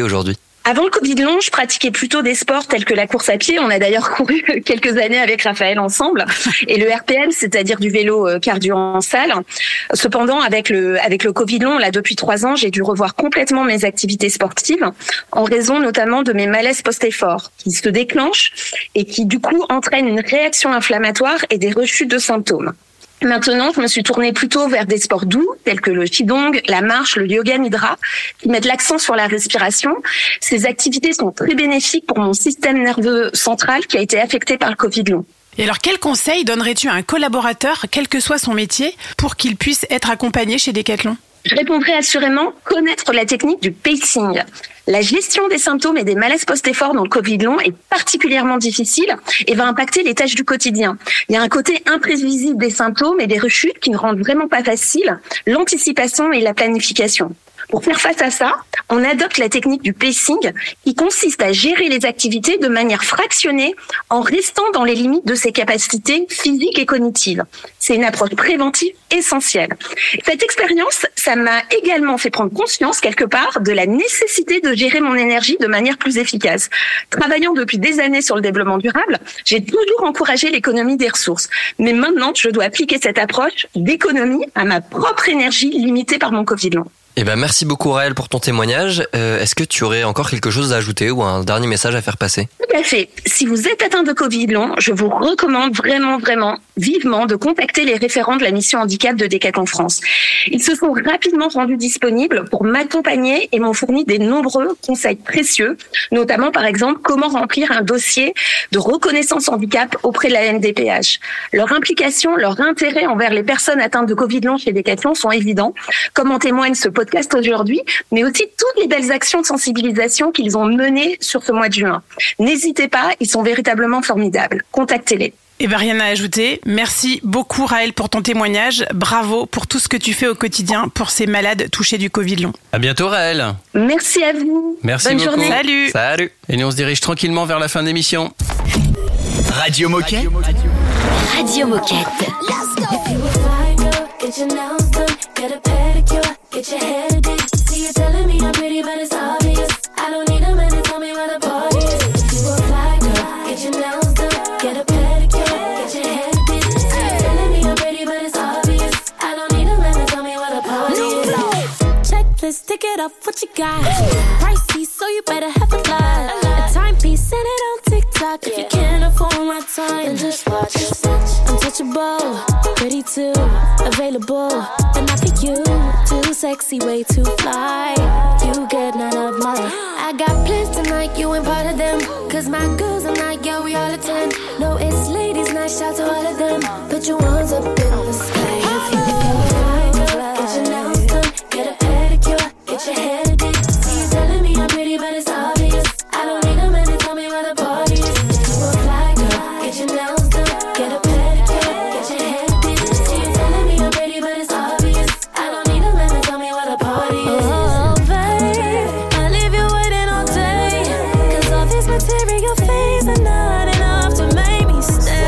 Avant le Covid long, je pratiquais plutôt des sports tels que la course à pied. On a d'ailleurs couru quelques années avec Raphaël ensemble. Et le R P M, c'est-à-dire du vélo cardio en salle. Cependant, avec le, avec le Covid long, là, depuis trois ans, j'ai dû revoir complètement mes activités sportives en raison notamment de mes malaises post-effort qui se déclenchent et qui, du coup, entraînent une réaction inflammatoire et des rechutes de symptômes. Maintenant, je me suis tournée plutôt vers des sports doux, tels que le qigong, la marche, le yoga nidra, qui mettent l'accent sur la respiration. Ces activités sont très bénéfiques pour mon système nerveux central qui a été affecté par le Covid long. Et alors, quel conseil donnerais-tu à un collaborateur, quel que soit son métier, pour qu'il puisse être accompagné chez Decathlon ? Je répondrai assurément connaître la technique du pacing. La gestion des symptômes et des malaises post-effort dans le Covid long est particulièrement difficile et va impacter les tâches du quotidien. Il y a un côté imprévisible des symptômes et des rechutes qui ne rendent vraiment pas facile l'anticipation et la planification. Pour faire face à ça, on adopte la technique du pacing qui consiste à gérer les activités de manière fractionnée en restant dans les limites de ses capacités physiques et cognitives. C'est une approche préventive essentielle. Cette expérience, ça m'a également fait prendre conscience quelque part de la nécessité de gérer mon énergie de manière plus efficace. Travaillant depuis des années sur le développement durable, j'ai toujours encouragé l'économie des ressources. Mais maintenant, je dois appliquer cette approche d'économie à ma propre énergie limitée par mon Covid long. Eh ben, merci beaucoup Raël pour ton témoignage. Euh, est-ce que tu aurais encore quelque chose à ajouter ou un dernier message à faire passer ? Tout à fait. Si vous êtes atteint de Covid long, je vous recommande vraiment, vraiment, vivement de contacter les référents de la mission handicap de Decathlon France. Ils se sont rapidement rendus disponibles pour m'accompagner et m'ont fourni des nombreux conseils précieux, notamment par exemple comment remplir un dossier de reconnaissance handicap auprès de la M D P H. Leur implication, leur intérêt envers les personnes atteintes de Covid long chez Decathlon sont évidents, comme en témoigne ce podcast aujourd'hui, mais aussi toutes les belles actions de sensibilisation qu'ils ont menées sur ce mois de juin. N'hésitez pas, ils sont véritablement formidables. Contactez-les. Eh bien, rien à ajouter. Merci beaucoup Raël pour ton témoignage. Bravo pour tout ce que tu fais au quotidien pour ces malades touchés du Covid long. À bientôt Raël. Merci à vous. Merci Bonne beaucoup. journée. Salut. Salut. Et nous on se dirige tranquillement vers la fin de l'émission. Radio Moquette. Radio Moquette. Get your nails done, get a pedicure, get your hair did. See you telling me I'm pretty, but it's obvious. I don't need a man to tell me where the party is. If you a fly girl, get your nails done, get a pedicure, get your hair did. See you telling me I'm pretty, but it's obvious. I don't need a man to tell me where the party is. Checklist, tick it off, what you got? Pricey, so you better have a lot. A timepiece, send it on TikTok. If you can't afford my time, then just watch. Untouchable, pretty too, available, but not for you. Too sexy, way too fly. You get none of my. I got plans tonight, you ain't part of them. Cause my girls are not, yeah, we all attend. No, it's ladies' night, shout to all of them. Put your ones up in the sky. If you fly, get your nails done, get a pedicure, get your hair did. See you telling me I'm pretty, but it's obvious. I don't need a man to tell me where the party is. If you a fly girl, get your nails done, get a pedicure, get your hair did. See you telling me I'm pretty, but it's obvious. I don't need a man to tell me where the party is. Oh, babe, I leave you waiting all day. Cause all this material things are not enough to make me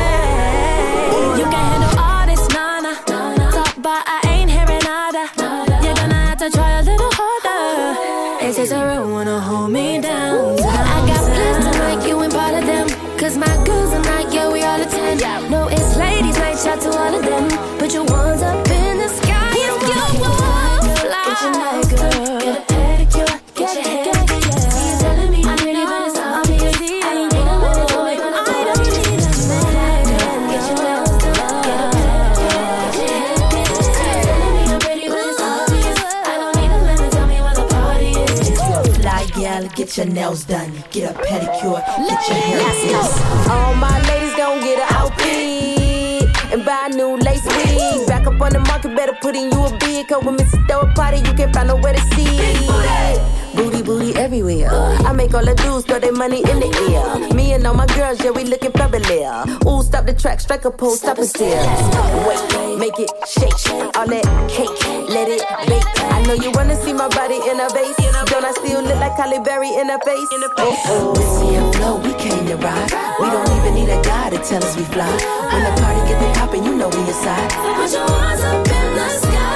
stay. You can handle all this, nana. Talk, but I ain't hearing nada. You're gonna have to try a little harder. It's just a real wanna hold me down. I got plans tonight, you ain't part of them. Cause my girls are not, yeah, we all attend. No, it's ladies' night, shout to all of them. Put your ones up in the sky if you want fly. Get your nails done, get a pedicure, get your hair did. See you telling me I'm pretty, but it's obvious. I don't need a man to tell me, but I don't need a man. Get your nails done, get a pedicure, get your hair did. See you telling me I'm pretty, but it's obvious. I don't need a man to tell me where the party is. Fly gal, get your nails done, get a pedicure, get your hair did. All my ladies gon' get an outfit and buy a new lace wig. Back up on the market, better put in you a bid. Cause when Missus throw a party, you can't find nowhere to sit. Booty, booty everywhere. I make all the dudes throw their money in the air. Me and all my girls, yeah, we looking fabulous. Ooh, stop the track, strike a pose, stop and stare. Wait, make it shake. All that cake, let it bake. I know you wanna see my body in a vase. Don't I still look like Halle Berry in a face? Oh, oh. Missy and Flo, we came to ride. We don't even need a guy to tell us we fly. When the party get the poppin', you know we inside. Put your hands up in the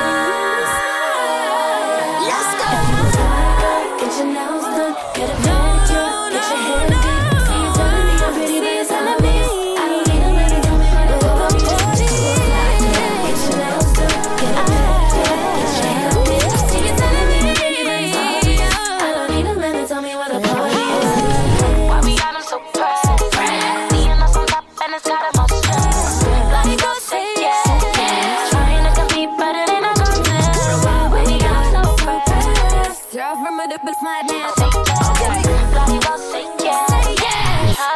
sky. Let's go. Get your nails done, get a pedicure.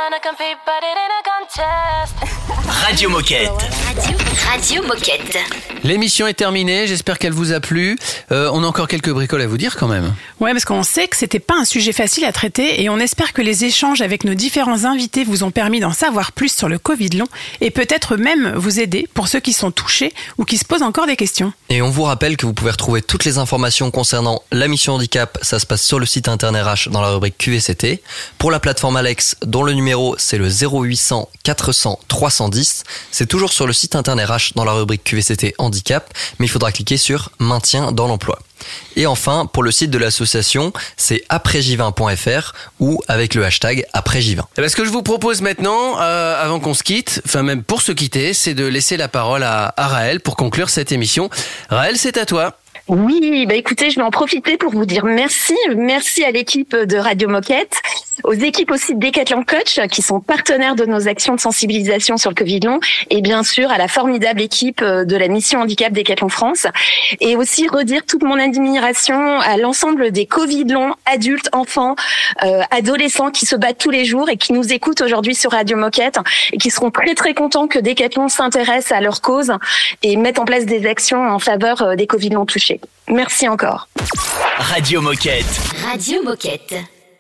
trying to compete, but it ain't a contest. Radio Moquette. Radio, Radio Moquette. L'émission est terminée, j'espère qu'elle vous a plu. Euh, on a encore quelques bricoles à vous dire quand même. Ouais, parce qu'on sait que c'était pas un sujet facile à traiter et on espère que les échanges avec nos différents invités vous ont permis d'en savoir plus sur le Covid long et peut-être même vous aider pour ceux qui sont touchés ou qui se posent encore des questions. Et on vous rappelle que vous pouvez retrouver toutes les informations concernant la mission handicap, ça se passe sur le site internet R H dans la rubrique Q V C T. Pour la plateforme Alex, dont le numéro c'est le zéro huit cents quatre cents trois cent dix, c'est toujours sur le site internet R H dans la rubrique Q V C T handicap, mais il faudra cliquer sur maintien dans l'emploi. Et enfin, pour le site de l'association, c'est après j vingt point f r ou avec le hashtag après j vingt. Et ben, ce que je vous propose maintenant, euh, avant qu'on se quitte, enfin même pour se quitter, c'est de laisser la parole à, à Raël pour conclure cette émission. Raël, c'est à toi. Oui, bah écoutez, je vais en profiter pour vous dire merci. Merci à l'équipe de Radio Moquette, aux équipes aussi de Decathlon Coach qui sont partenaires de nos actions de sensibilisation sur le Covid long et bien sûr à la formidable équipe de la mission handicap Decathlon France et aussi redire toute mon admiration à l'ensemble des Covid longs, adultes, enfants, euh, adolescents qui se battent tous les jours et qui nous écoutent aujourd'hui sur Radio Moquette et qui seront très très contents que Decathlon s'intéresse à leur cause et mette en place des actions en faveur des Covid longs touchés. Merci encore. Radio Moquette. Radio Moquette.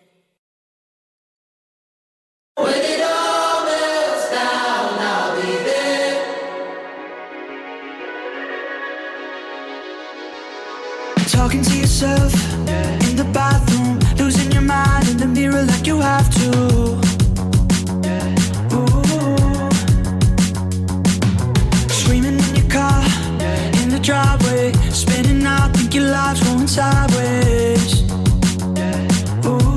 Talking to yourself in the bathroom, losing your mind in the mirror like you have to. Ooh. Screaming in your car, in the driveway, spinning out, think your life's going sideways. Ooh.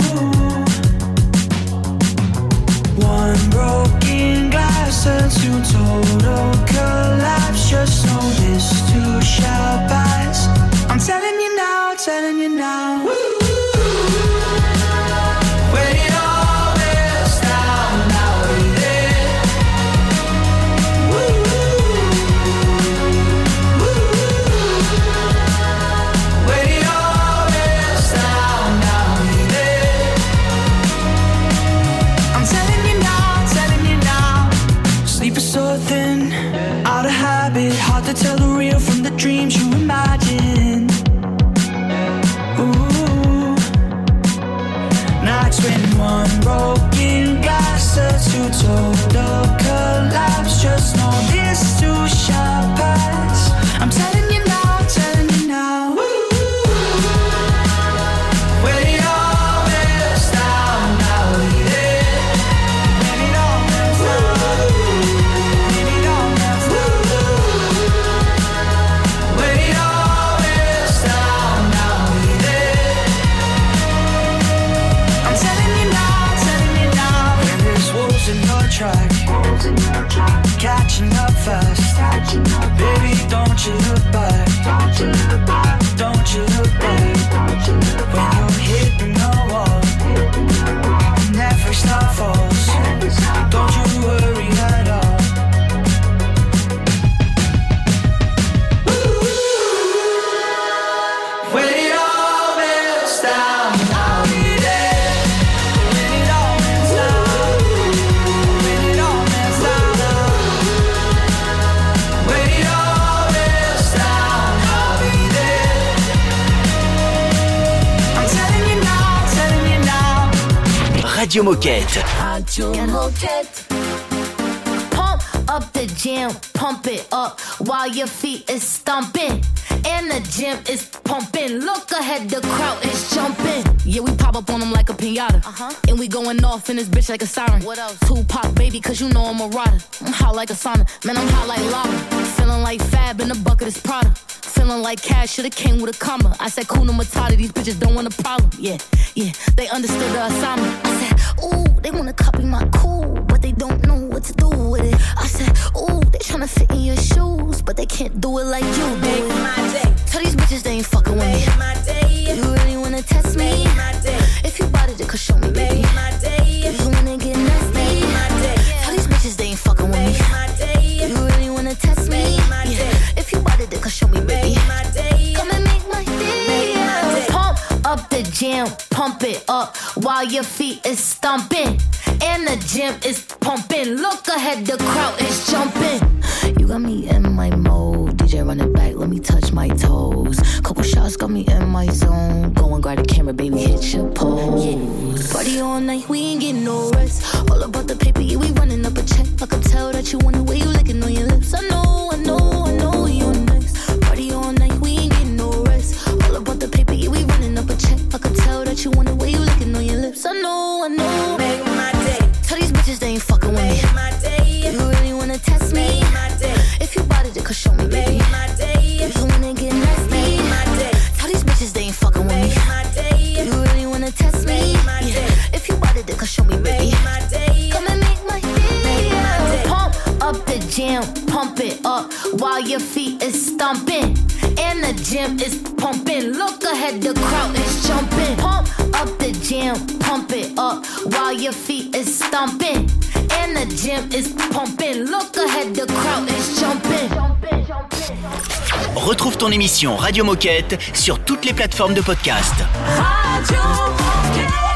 One broken glass turns to total collapse. Just know this too shall pass. I'm telling you now, telling you now. When it all melts down, now we're there. When it all melts down, now we're there. I'm telling you now, telling you now. Sleep is so thin, out of habit, hard to tell the real from the dreams you imagine. Ooh, nights when one broken glass turns to total collapse. Just know this too shall pass. I'm telling you now, telling you now. When it all melts down, now we're there. When it all melts down, when it all melts down, when it all melts down, now we're there. I'm telling you now, telling you now. When there's wolves in your track, catching up fast. Baby, don't you look back. Don't you look back. When you're hitting the wall, never stop falls. Don't you worry at all. When it all melts down, I'll be there. When it all melts down, when it all melts down, when it all melts down, I'll be there. I'm telling you now, telling you now. Radio Moquette. Radio Moquette. Pump up the jam, pump it up while your feet is stomping. And the gym is pumping. Look ahead, the crowd is jumping. Yeah, we pop up on them like a pinata. Uh-huh. And we going off in this bitch like a siren. What else? Tupac, baby, cause you know I'm a rider. I'm hot like a sauna, man, I'm hot like lava. Feeling like Fab in the bucket is Prada. Feeling like cash should've came with a comma. I said, Kuna Matata, these bitches don't want a problem. Yeah, yeah, they understood the assignment. I said, ooh, they wanna copy my cool, but they don't know what to do with it. I said, ooh, they tryna fit in your shoes, but they can't do it like you do Make it. my day. Tell these bitches they ain't fucking with me. Make my day. You really wanna test me? Make my day. If you bought it, could show me, baby. Make my day. If you wanna get nasty, Make my day. tell these bitches they ain't fucking with me. Make my day. You really wanna test me? Make my Yeah. day. If you bought it, could show me, baby. Make my day. Come and make my day. Make my day. Pump up the jam, pump it up while your feet is stomping. and the gym is pumping. Look ahead, the crowd is jumping. You got me in my mode, D J run it back, let me touch my toes. Couple shots got me in my zone. Go and grab the camera, baby, hit your pose. Yeah. Party all night, we ain't getting no rest. All about the paper, yeah, we running up a check. I can tell that you want the way you licking on your lips. I know, I know, I know you're next. Party all night, we ain't getting no rest. All about the paper, yeah, we running up a check. I can tell that you want the way you licking on your lips. I know, I know. Make my day. Tell these bitches they ain't fucking with me. Make my day. You really wanna test me? Make my day. If you bought it, then show me, baby. Make my day. If you wanna get nasty? Make my day. Tell these bitches they ain't fucking with me. Make my day. You really wanna test me? Make my day. Yeah. If you bought it, then show me, baby. Make my day. Come and make my day. Make my day. Pump up the jam, pump it up while your feet is stomping. And the gym is pumping. Look ahead, the crowd is jumping. Pump up the jam, pump it up while your feet is stomping. And the gym is pumping. Look ahead, the crowd is jumping. Retrouve ton émission Radio Moquette sur toutes les plateformes de podcast. Radio Moquette.